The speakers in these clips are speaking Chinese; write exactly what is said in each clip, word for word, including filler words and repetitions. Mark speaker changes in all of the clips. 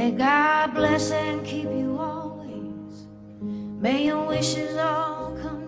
Speaker 1: May God bless and keep you always. May your wishes all come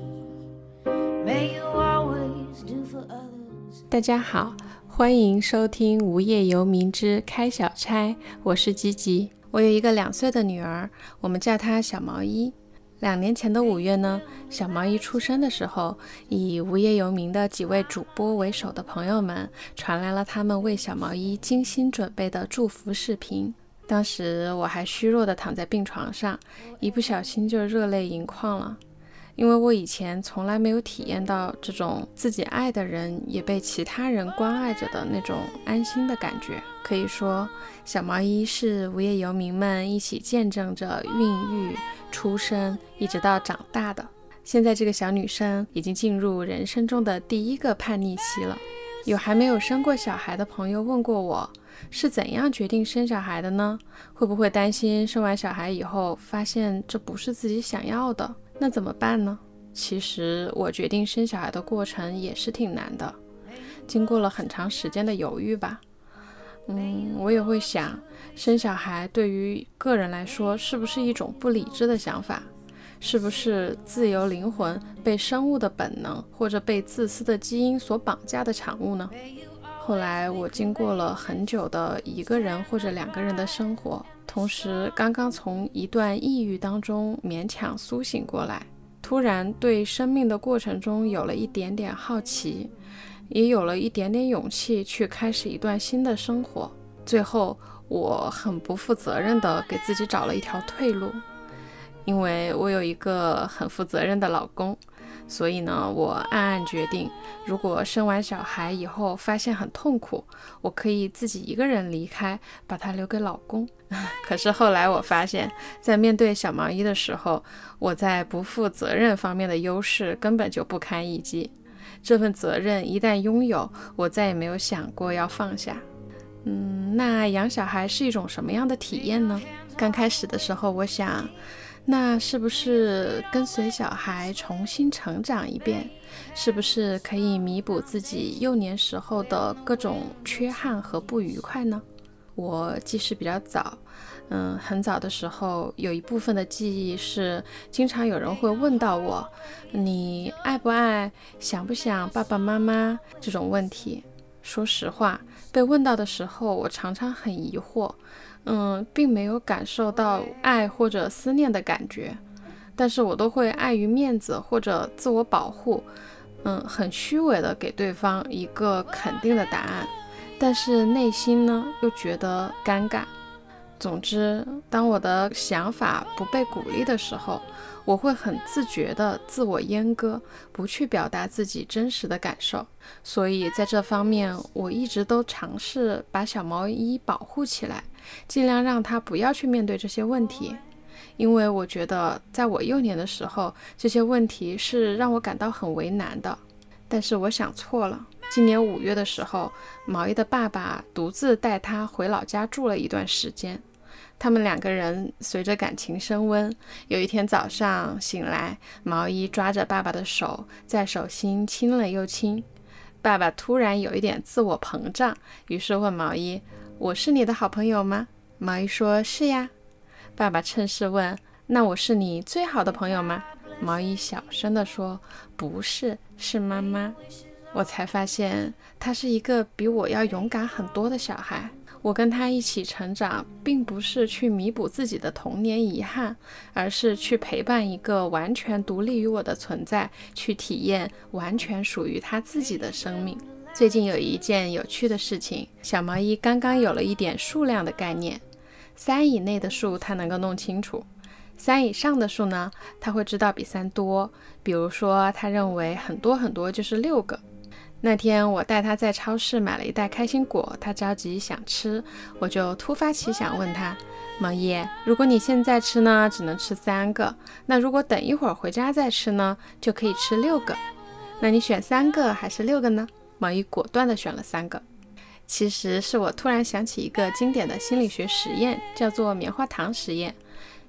Speaker 1: true. May you always do for others.
Speaker 2: 大家好，欢迎收听无业游民之开小差，我是吉吉。我有一个两岁的女儿，我们叫她小毛衣。两年前的五月呢，小毛衣出生的时候，以无业游民的几位主播为首的朋友们传来了他们为小毛衣精心准备的祝福视频。当时我还虚弱地躺在病床上，一不小心就热泪盈眶了。因为我以前从来没有体验到这种自己爱的人也被其他人关爱着的那种安心的感觉。可以说，小毛衣是无业游民们一起见证着孕育、出生一直到长大的。现在这个小女生已经进入人生中的第一个叛逆期了。有还没有生过小孩的朋友问过我，是怎样决定生小孩的呢？会不会担心生完小孩以后发现这不是自己想要的？那怎么办呢？其实我决定生小孩的过程也是挺难的，经过了很长时间的犹豫吧。嗯，我也会想，生小孩对于个人来说是不是一种不理智的想法？是不是自由灵魂被生物的本能或者被自私的基因所绑架的产物呢？后来我经过了很久的一个人或者两个人的生活，同时刚刚从一段抑郁当中勉强苏醒过来，突然对生命的过程中有了一点点好奇，也有了一点点勇气去开始一段新的生活。最后我很不负责任地给自己找了一条退路，因为我有一个很负责任的老公，所以呢，我暗暗决定，如果生完小孩以后发现很痛苦，我可以自己一个人离开，把他留给老公。可是后来我发现，在面对小毛衣的时候，我在不负责任方面的优势根本就不堪一击。这份责任一旦拥有，我再也没有想过要放下。嗯，那养小孩是一种什么样的体验呢？刚开始的时候，我想，那是不是跟随小孩重新成长一遍？是不是可以弥补自己幼年时候的各种缺憾和不愉快呢？我记事比较早，嗯，很早的时候有一部分的记忆是经常有人会问到我，你爱不爱、想不想爸爸妈妈这种问题。说实话，被问到的时候我常常很疑惑，嗯，并没有感受到爱或者思念的感觉，但是我都会碍于面子或者自我保护，嗯，很虚伪的给对方一个肯定的答案，但是内心呢又觉得尴尬。总之，当我的想法不被鼓励的时候，我会很自觉的自我阉割，不去表达自己真实的感受。所以在这方面，我一直都尝试把小毛衣保护起来，尽量让他不要去面对这些问题。因为我觉得在我幼年的时候，这些问题是让我感到很为难的。但是我想错了，今年五月的时候，毛衣的爸爸独自带他回老家住了一段时间。他们两个人随着感情升温，有一天早上醒来，毛衣抓着爸爸的手，在手心亲了又亲。爸爸突然有一点自我膨胀，于是问毛衣，我是你的好朋友吗？毛衣说，是呀。爸爸趁势问，那我是你最好的朋友吗？毛衣小声地说，不是，是妈妈。我才发现他是一个比我要勇敢很多的小孩。我跟他一起成长，并不是去弥补自己的童年遗憾，而是去陪伴一个完全独立于我的存在，去体验完全属于他自己的生命。最近有一件有趣的事情，小毛衣刚刚有了一点数量的概念，三以内的数他能够弄清楚，三以上的数呢，他会知道比三多。比如说，他认为很多很多就是六个。那天我带他在超市买了一袋开心果，他着急想吃，我就突发奇想问他，毛衣，如果你现在吃呢，只能吃三个，那如果等一会儿回家再吃呢，就可以吃六个，那你选三个还是六个呢？毛衣果断地选了三个。其实是我突然想起一个经典的心理学实验，叫做棉花糖实验。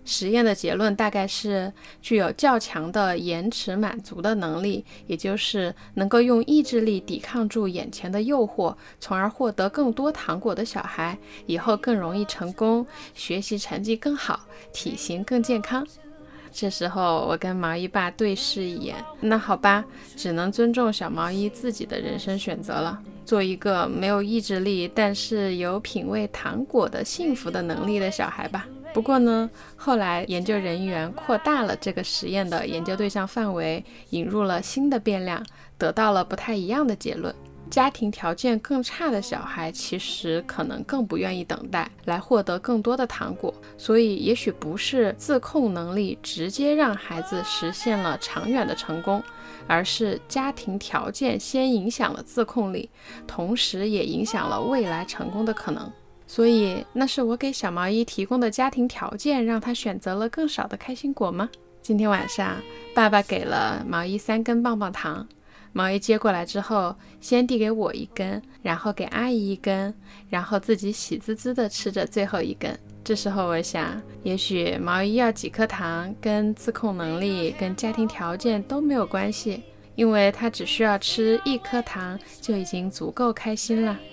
Speaker 2: 实验的结论大概是，具有较强的延迟满足的能力，也就是能够用意志力抵抗住眼前的诱惑，从而获得更多糖果的小孩，以后更容易成功，学习成绩更好，体型更健康。这时候我跟毛衣爸对视一眼，那好吧，只能尊重小毛衣自己的人生选择了，做一个没有意志力但是有品味糖果的幸福的能力的小孩吧。不过呢，后来研究人员扩大了这个实验的研究对象范围，引入了新的变量，得到了不太一样的结论。家庭条件更差的小孩其实可能更不愿意等待来获得更多的糖果，所以也许不是自控能力直接让孩子实现了长远的成功，而是家庭条件先影响了自控力，同时也影响了未来成功的可能。所以那是我给小毛衣提供的家庭条件让他选择了更少的开心果吗？今天晚上爸爸给了毛衣三根棒棒糖，毛衣接过来之后，先递给我一根，然后给阿姨一根，然后自己喜滋滋地吃着最后一根。这时候我想，也许毛衣要几颗糖跟自控能力跟家庭条件都没有关系，因为他只需要吃一颗糖就已经足够开心了。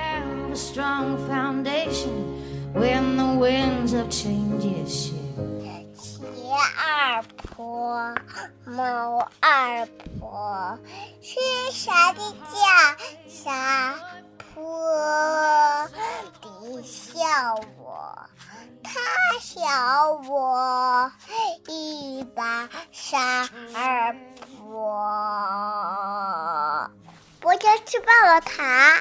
Speaker 3: 鞋二婆，猫二婆，是啥的叫啥婆？你笑我，他笑我，一把傻二婆。我想吃棒棒糖。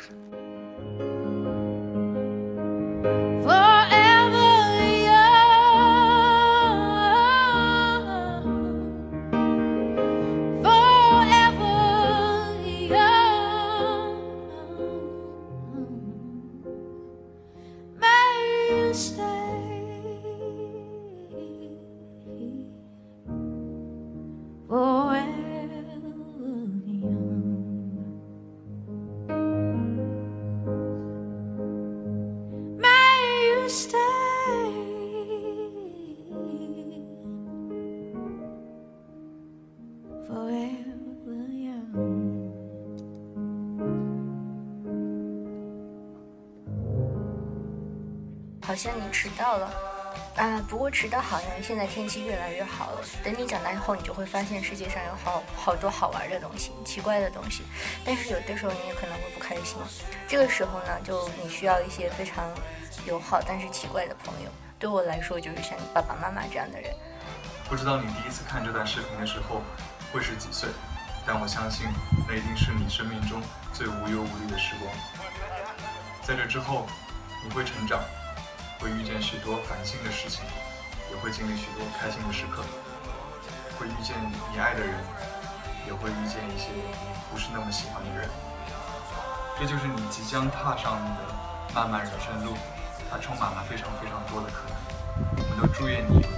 Speaker 4: 好像你迟到了啊，不过迟到好像现在天气越来越好了，等你长大以后，你就会发现世界上有好好多好玩的东西，奇怪的东西，但是有的时候你也可能会不开心。这个时候呢，就你需要一些非常友好但是奇怪的朋友。对我来说，就是像你爸爸妈妈这样的人。
Speaker 5: 不知道你第一次看这段视频的时候会是几岁，但我相信那一定是你生命中最无忧无虑的时光。在这之后，你会成长，会遇见许多烦心的事情，也会经历许多开心的时刻，会遇见你爱的人，也会遇见一些你不是那么喜欢的人。这就是你即将踏上的漫漫人生路，它充满了非常非常多的可能。我们都祝愿你